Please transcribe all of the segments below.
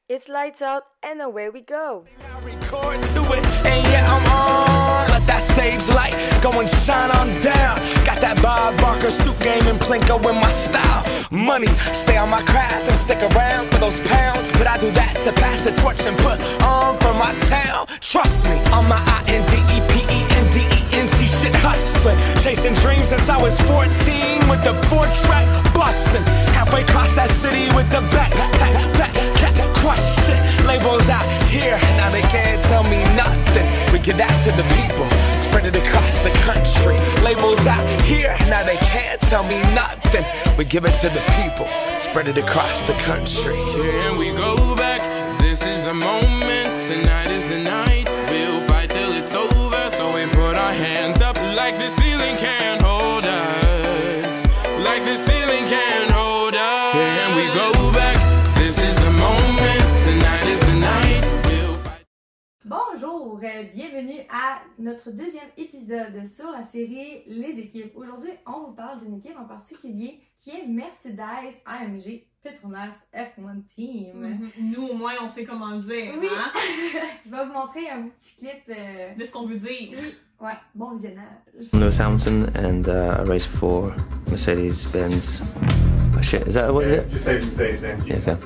It's lights out and away we go. I record to it, and yeah, I'm on. Let that stage light go and shine on down. Got that Bob Barker suit game and Plinko in my style. Money, stay on my craft and stick around for those pounds. But I do that to pass the torch and put on for my town. Trust me, on my INDEPENDENT shit hustling. Chasing dreams since I was 14 with the 4-track bustin'. Halfway across that city with the back crush shit. Labels out here, now they can't tell me nothing. We give that to the people, spread it across the country. Labels out here, now they can't tell me nothing. We give it to the people, spread it across the country. Here we go back, this is the moment, tonight is the night. We'll fight till it's over, so we put our hands up like the ceiling can't hold us. Like the ceiling can't hold us. Here we go back, this is the moment, tonight is the night. We'll fight. Bonjour, bienvenue à notre deuxième épisode sur la série Les équipes. Aujourd'hui, on vous parle d'une équipe en particulier qui est Mercedes-AMG Petronas F1 Team. Nous, au moins, on sait comment le dire. Oui, hein? je vais vous montrer un petit clip. De ce qu'on veut dire. Oui, ouais, bon visionnage. Lewis Hamilton and I race for Mercedes-Benz. Oh shit, is that what is it? Just say Mercedes-Benz. Yeah, okay.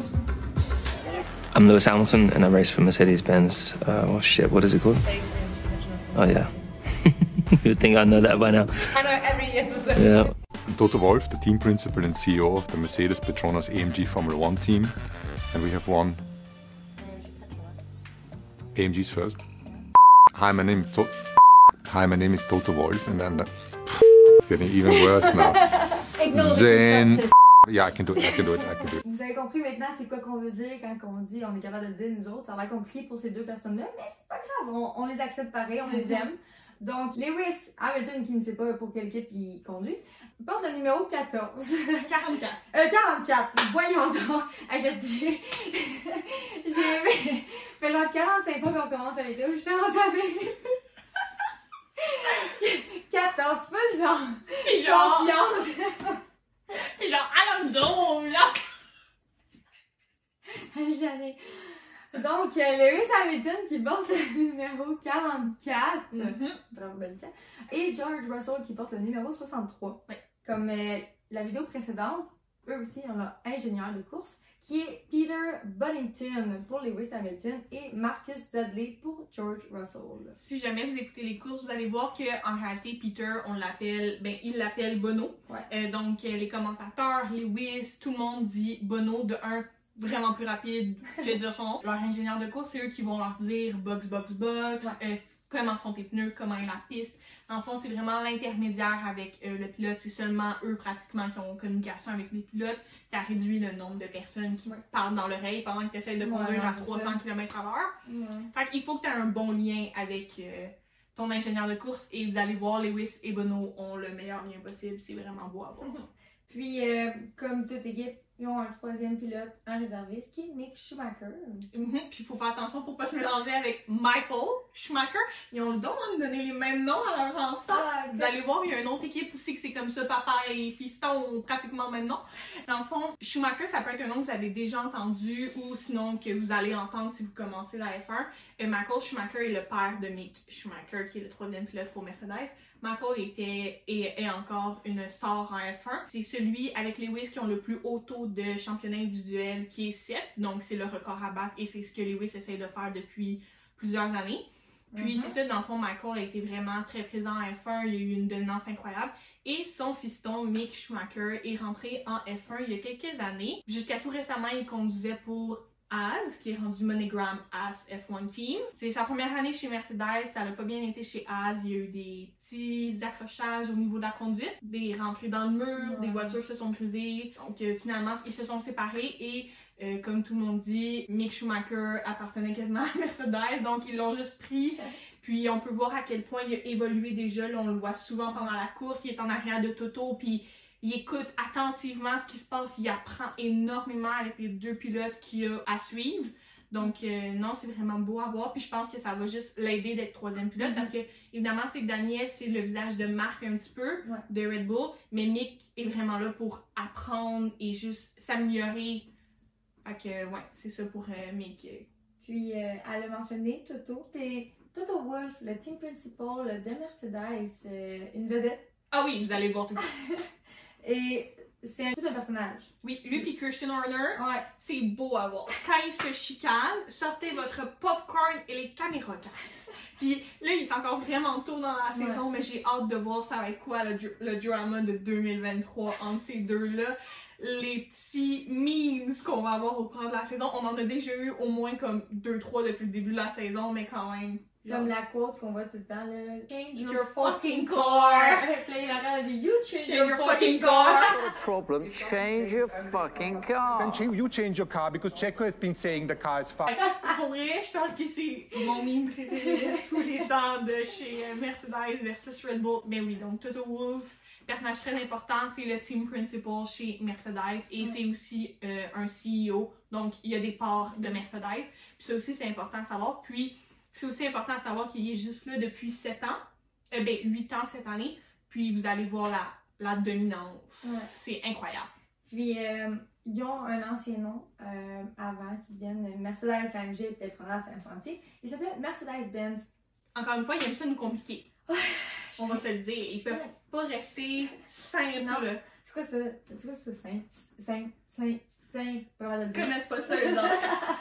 I'm Lewis Hamilton and I race for Mercedes-Benz. Oh shit, what is it called? Oh yeah. You would think I know that by now. I know every year. Yeah. Toto Wolff, the team principal and CEO of the Mercedes Petronas AMG Formula One team, and we have won AMG's first. Hi, my name is Toto Wolff, and then it's getting even worse now. Then, yeah, I can do it. Vous avez compris maintenant c'est quoi qu'on veut dire quand on dit on est capable de le dire nous autres. Ça a l'air compliqué pour ces deux personnes-là, mais c'est pas grave, on les accepte pareil, on les aime. Donc, Lewis Hamilton, qui ne sait pas pour quelle équipe il conduit, porte le numéro 14. 44. 44, voyons donc. J'ai fait genre 45 fois qu'on commence avec eux, je t'ai entendu. 14, pas genre. C'est genre. Confiance. C'est genre Alonso, là. J'allais. Donc, Lewis Hamilton qui porte le numéro 44. Bravo, belle carte. Et George Russell qui porte le numéro 63. Ouais. Comme la vidéo précédente, eux aussi ont leur ingénieur de course qui est Peter Buddington pour Lewis Hamilton et Marcus Dudley pour George Russell. Si jamais vous écoutez les courses, vous allez voir qu'en réalité, Peter, on l'appelle, il l'appelle Bono. Ouais. Donc, les commentateurs, Lewis, tout le monde dit Bono de un. Vraiment plus rapide que de son nom. Leur ingénieur de course, c'est eux qui vont leur dire box, Ouais. comment sont tes pneus, comment est la piste. En fond, c'est vraiment l'intermédiaire avec le pilote. C'est seulement eux pratiquement qui ont communication avec les pilotes. Ça réduit le nombre de personnes qui parlent dans l'oreille pendant que tu essaies de conduire à 300 km/h. Fait qu'il faut que tu aies un bon lien avec ton ingénieur de course et vous allez voir, Lewis et Bono ont le meilleur lien possible. C'est vraiment beau à voir. Puis, comme toute équipe, ils ont un troisième pilote, un réserviste, qui est Mick Schumacher. Puis il faut faire attention pour pas se mélanger avec Michael Schumacher. Ils ont le don de donner les mêmes noms à leurs enfants. Vous allez voir, il y a une autre équipe aussi que c'est comme ça, papa et fiston ont pratiquement le même nom. Dans le fond, Schumacher, ça peut être un nom que vous avez déjà entendu ou sinon que vous allez entendre si vous commencez la F1. Michael Schumacher est le père de Mick Schumacher, qui est le troisième pilote pour Mercedes. Michael était et est encore une star en F1. C'est celui avec Lewis qui ont le plus haut taux de championnat individuel qui est 7. Donc c'est le record à battre et c'est ce que Lewis essaie de faire depuis plusieurs années. Puis c'est ça, dans le fond, Michael a été vraiment très présent en F1. Il a eu une dominance incroyable. Et son fiston, Mick Schumacher, est rentré en F1 il y a quelques années. Jusqu'à tout récemment, il conduisait pour Haas, qui est rendu Monogram Haas F1 Team. C'est sa première année chez Mercedes, ça n'a pas bien été chez Haas. Il y a eu des petits accrochages au niveau de la conduite, des rentrées dans le mur, des voitures se sont brisées. Donc finalement, ils se sont séparés et comme tout le monde dit, Mick Schumacher appartenait quasiment à Mercedes, donc ils l'ont juste pris. Puis on peut voir à quel point il a évolué déjà. Là, on le voit souvent pendant la course, il est en arrière de Toto, puis il écoute attentivement ce qui se passe, il apprend énormément avec les deux pilotes qu'il a à suivre. Donc non, c'est vraiment beau à voir. Puis je pense que ça va juste l'aider d'être troisième pilote parce que évidemment, c'est que Daniel, c'est le visage de marque un petit peu de Red Bull. Mais Mick est vraiment là pour apprendre et juste s'améliorer Fait que, ouais, c'est ça pour Mickey. Puis, elle a mentionné Toto. C'est Toto Wolff, le team principal de Mercedes, une vedette. Ah oui, vous allez voir tout. Et c'est tout un personnage. Oui, lui puis Christian Horner, Ouais. c'est beau à voir. Quand ils se chicanent, sortez votre popcorn et les caméras. Puis là, il est encore vraiment tôt dans la saison, mais j'ai hâte de voir ça va être quoi le drama de 2023 entre ces deux-là. Les petits memes qu'on va avoir au cours de la saison, on en a déjà eu au moins comme 2-3 depuis le début de la saison, mais quand même. Comme la quote qu'on voit tout le temps, là. Change your fucking car. Play la radio, you change Change your fucking car. Problem, change your fucking car. Then you change your car because Checo has been saying the car is fine. Pour vrai, je pense que c'est mon meme préféré de tous les temps de chez Mercedes versus Red Bull. Mais oui, donc Toto Wolff, personnage très important, c'est le team principal chez Mercedes et c'est aussi un CEO, donc il y a des parts de Mercedes. Puis ça aussi, c'est important à savoir. Puis c'est aussi important à savoir qu'il est juste là depuis 7 ans, 8 ans cette année, puis vous allez voir la dominance. Ouais. C'est incroyable. Puis, ils ont un ancien nom avant qu'ils viennent Mercedes AMG Petronas Infanti. Il s'appelait Mercedes-Benz. Encore une fois, ils aiment ça nous compliquer. On va te le dire. Ils peuvent pas rester simples. Non. C'est quoi ça? C'est quoi ça? Simple. Pas mal de le Ils dire. connaissent pas ça, les autres.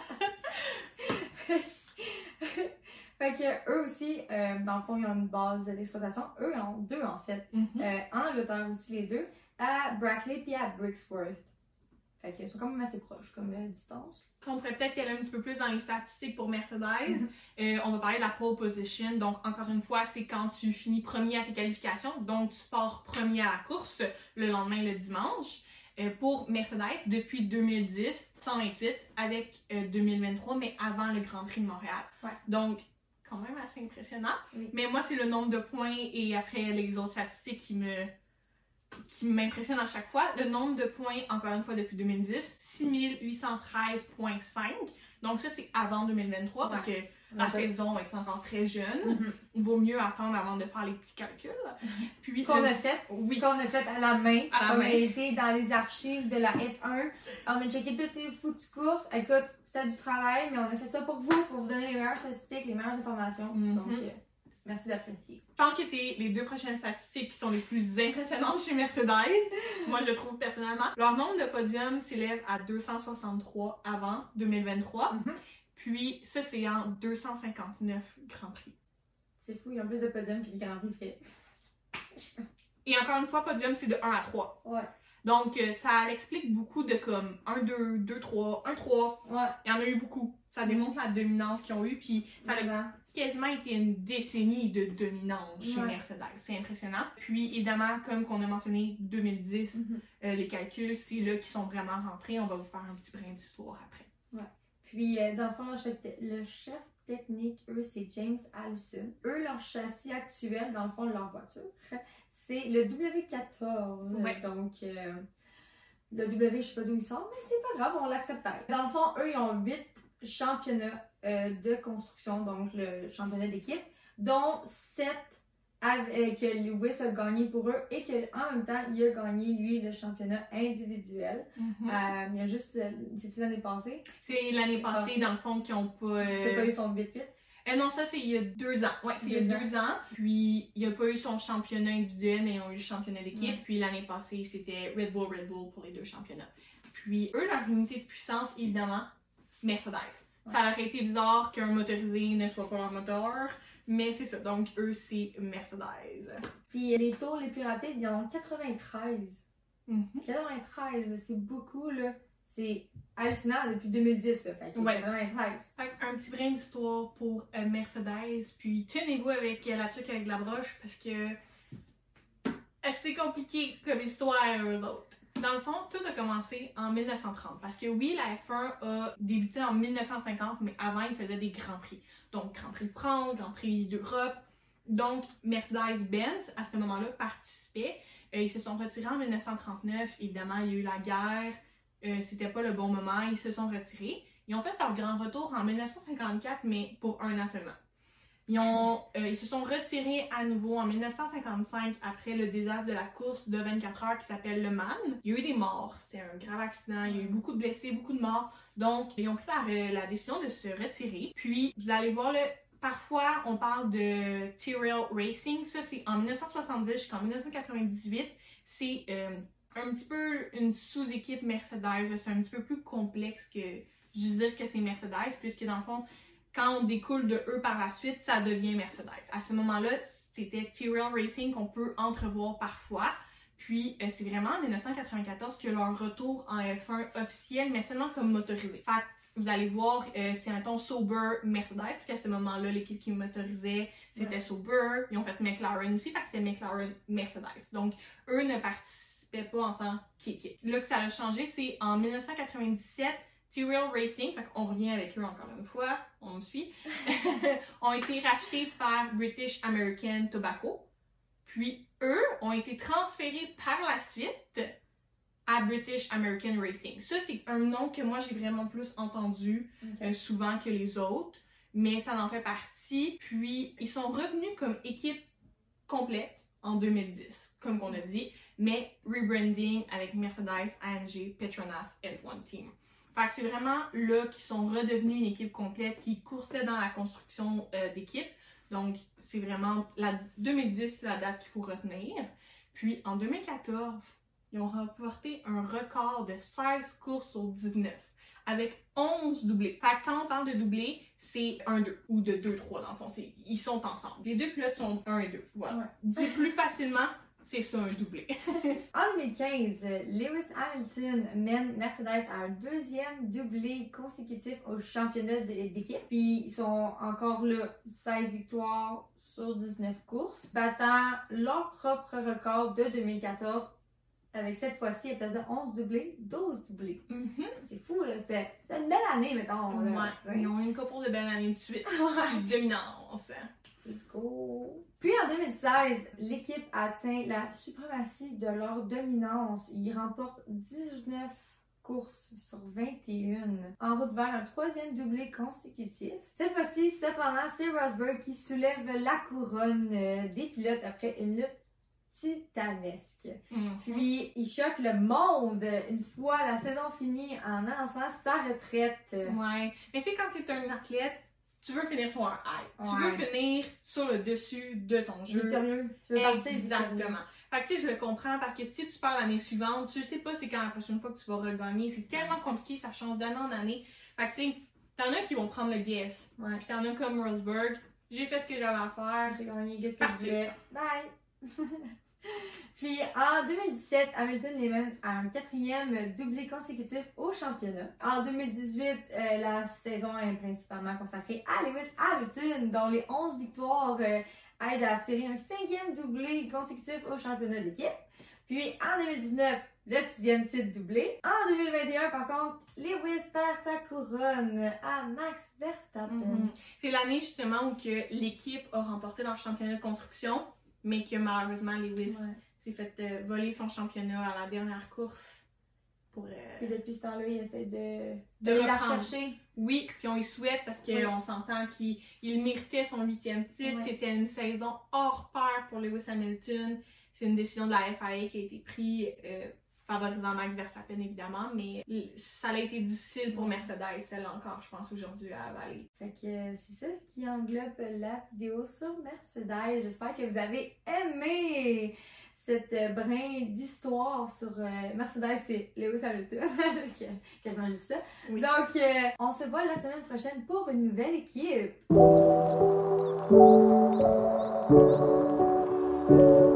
Fait que eux aussi, dans le fond, ils ont une base d'exploitation. Eux, ils en ont 2 en fait. En Angleterre aussi, les 2. À Brackley puis à Brixworth. Fait qu'ils sont quand même assez proches comme distance. On pourrait peut-être y aller un petit peu plus dans les statistiques pour Mercedes. On va parler de la pole position. Donc, encore une fois, c'est quand tu finis premier à tes qualifications. Donc, tu pars premier à la course le lendemain, le dimanche. Pour Mercedes, depuis 2010, 128, avec 2023, mais avant le Grand Prix de Montréal. Ouais. Donc, quand même assez impressionnant. Oui. Mais moi, c'est le nombre de points et après les autres statistiques qui m'impressionne à chaque fois. Le nombre de points, encore une fois, depuis 2010, 6813,5. Donc ça, c'est avant 2023, parce que la saison est encore très jeune. Il vaut mieux attendre avant de faire les petits calculs. Puis, Qu'on a fait. Oui. Qu'on a fait à la main. À la on main. a été dans les archives de la F1. On a checké toutes les foutues courses. Écoute, c'était du travail, mais on a fait ça pour vous donner les meilleures statistiques, les meilleures informations. Donc, merci d'apprécier. Je pense que c'est les 2 prochaines statistiques qui sont les plus impressionnantes chez Mercedes. Moi, je trouve personnellement. Leur nombre de podiums s'élève à 263 avant 2023. Puis, ça, c'est en 259 Grands Prix. C'est fou, ils ont plus de podiums que le Grand Prix fait. Et encore une fois, podium, c'est de 1 à 3. Ouais. Donc, ça l'explique beaucoup de comme 1, 2, 2, 3, 1, 3. Ouais. Il y en a eu beaucoup. Ça démontre la dominance qu'ils ont eue. Puis, ça a quasiment été une décennie de dominance chez Mercedes. C'est impressionnant. Puis, évidemment, comme qu'on a mentionné 2010, les calculs, c'est là qu'ils sont vraiment rentrés. On va vous faire un petit brin d'histoire après. Ouais. Puis, dans le fond, le chef technique, eux, c'est James Allison. Eux, leur châssis actuel, dans le fond, de leur voiture, c'est le W14. Ouais. Donc, le W, je sais pas d'où il sort, mais c'est pas grave, on l'accepte. Dans le fond, eux, ils ont 8 championnats de construction, donc le championnat d'équipe, dont 7 que Lewis a gagné pour eux et qu'en même temps, il a gagné, lui, le championnat individuel. Il y a juste, c'est-tu l'année passée? C'est l'année passée, dans le fond, qu'ils n'ont pas... Il n'a pas eu son 8-8? Non, ça, c'est il y a 2 ans. Ouais, c'est il y a 2 ans. Puis, il n'a pas eu son championnat individuel, mais ils ont eu le championnat d'équipe. Puis, l'année passée, c'était Red Bull pour les 2 championnats. Puis, eux, leur unité de puissance, évidemment, Mercedes. Ça aurait été bizarre qu'un motorisé ne soit pas leur moteur, mais c'est ça. Donc, eux, c'est Mercedes. Puis, les tours les plus rapides, ils en ont 93. 93, c'est beaucoup, là. C'est hallucinant depuis 2010, là. Fait que 93. Fait un petit brin d'histoire pour Mercedes. Puis, tenez-vous avec la truc avec la broche, parce que c'est compliqué comme histoire, eux autres. Dans le fond, tout a commencé en 1930. Parce que oui, la F1 a débuté en 1950, mais avant, ils faisaient des Grands Prix. Donc, Grand Prix de France, Grand Prix d'Europe. Donc, Mercedes-Benz, à ce moment-là, participait. Ils se sont retirés en 1939. Évidemment, il y a eu la guerre. C'était pas le bon moment. Ils se sont retirés. Ils ont fait leur grand retour en 1954, mais pour 1 an seulement. Ils se sont retirés à nouveau en 1955 après le désastre de la course de 24 heures qui s'appelle Le Mans. Il y a eu des morts, c'était un grave accident, il y a eu beaucoup de blessés, beaucoup de morts. Donc, ils ont pris la décision de se retirer. Puis, vous allez voir, parfois, on parle de Tyrrell Racing. Ça, c'est en 1970 jusqu'en 1998. C'est un petit peu une sous-équipe Mercedes. C'est un petit peu plus complexe que juste dire que c'est Mercedes, puisque dans le fond, quand on découle de eux par la suite, ça devient Mercedes. À ce moment-là, c'était Tyrrell Racing qu'on peut entrevoir parfois. Puis, c'est vraiment en 1994 que leur retour en F1 officiel, mais seulement comme motorisé. Fait que vous allez voir, c'est un ton Sauber Mercedes, parce qu'à ce moment-là, l'équipe qui motorisait, c'était Sauber. Ils ont fait McLaren aussi, fait que c'était McLaren Mercedes. Donc, eux ne participaient pas en tant qu'équipe. Là que ça a changé, c'est en 1997, Tyrrell Racing, fait qu'on revient avec eux encore une fois, on me suit, ont été rachetés par British American Tobacco. Puis eux ont été transférés par la suite à British American Racing. Ça, c'est un nom que moi j'ai vraiment plus entendu souvent que les autres, mais ça en fait partie. Puis ils sont revenus comme équipe complète en 2010, comme on a dit, mais rebranding avec Mercedes, AMG, Petronas, F1 Team. Fait que c'est vraiment là qu'ils sont redevenus une équipe complète qui coursait dans la construction d'équipe. Donc, c'est vraiment 2010, c'est la date qu'il faut retenir. Puis, en 2014, ils ont remporté un record de 16 courses sur 19, avec 11 doublés. Fait que quand on parle de doublés, c'est 1-2 ou de 2-3 dans le fond. Ils sont ensemble. Les deux pilotes sont 1 et 2. Voilà. Ouais. Dit plus facilement, c'est ça un doublé. En 2015, Lewis Hamilton mène Mercedes à un deuxième doublé consécutif au championnat d'équipe. Puis ils sont encore là, 16 victoires sur 19 courses, battant leur propre record de 2014. Avec cette fois-ci, à place de 11 doublés, 12 doublés. C'est fou, là. C'est une belle année, mettons. Ouais, ils ont une couple de belles années de suite. Dominance. Let's go! Puis en 2016, l'équipe atteint la suprématie de leur dominance. Ils remportent 19 courses sur 21 en route vers un troisième doublé consécutif. Cette fois-ci, cependant, c'est Rosberg qui soulève la couronne des pilotes après une lutte titanesque. Puis il choque le monde une fois la saison finie en annonçant sa retraite. Ouais, mais c'est quand t'es un athlète, tu veux finir sur un high. Tu veux finir sur le dessus de ton jeu. Victorieux. Tu veux partir exactement. Fait que tu sais, je le comprends parce que si tu pars l'année suivante, tu sais pas c'est quand la prochaine fois que tu vas regagner. C'est tellement compliqué, ça change d'année en année. Fait que tu sais, t'en as qui vont prendre le guess. Ouais. Puis t'en as comme Rosberg. J'ai fait ce que j'avais à faire. J'ai gagné, qu'est-ce que je voulais. Bye! Puis en 2017, Hamilton les mène à un quatrième doublé consécutif au championnat. En 2018, la saison est principalement consacrée à Lewis Hamilton, dont les 11 victoires aident à assurer un cinquième doublé consécutif au championnat d'équipe. Puis en 2019, le sixième titre doublé. En 2021, par contre, Lewis perd sa couronne à Max Verstappen. C'est l'année justement où que l'équipe a remporté leur championnat de construction, mais que malheureusement Lewis s'est fait voler son championnat à la dernière course. Puis depuis ce temps-là, il essaie de la rechercher. Oui, puis on y souhaite parce qu'on s'entend qu'il méritait son 8e titre. C'était une saison hors pair pour Lewis Hamilton. C'est une décision de la FIA qui a été prise, favorisant Max Verstappen évidemment, mais ça a été difficile pour Mercedes, celle encore, je pense, aujourd'hui à avaler. Fait que c'est ça qui englobe la vidéo sur Mercedes. J'espère que vous avez aimé cette brin d'histoire sur Mercedes et Lewis Hamilton. C'est quasiment juste ça. Oui. Donc, on se voit la semaine prochaine pour une nouvelle équipe.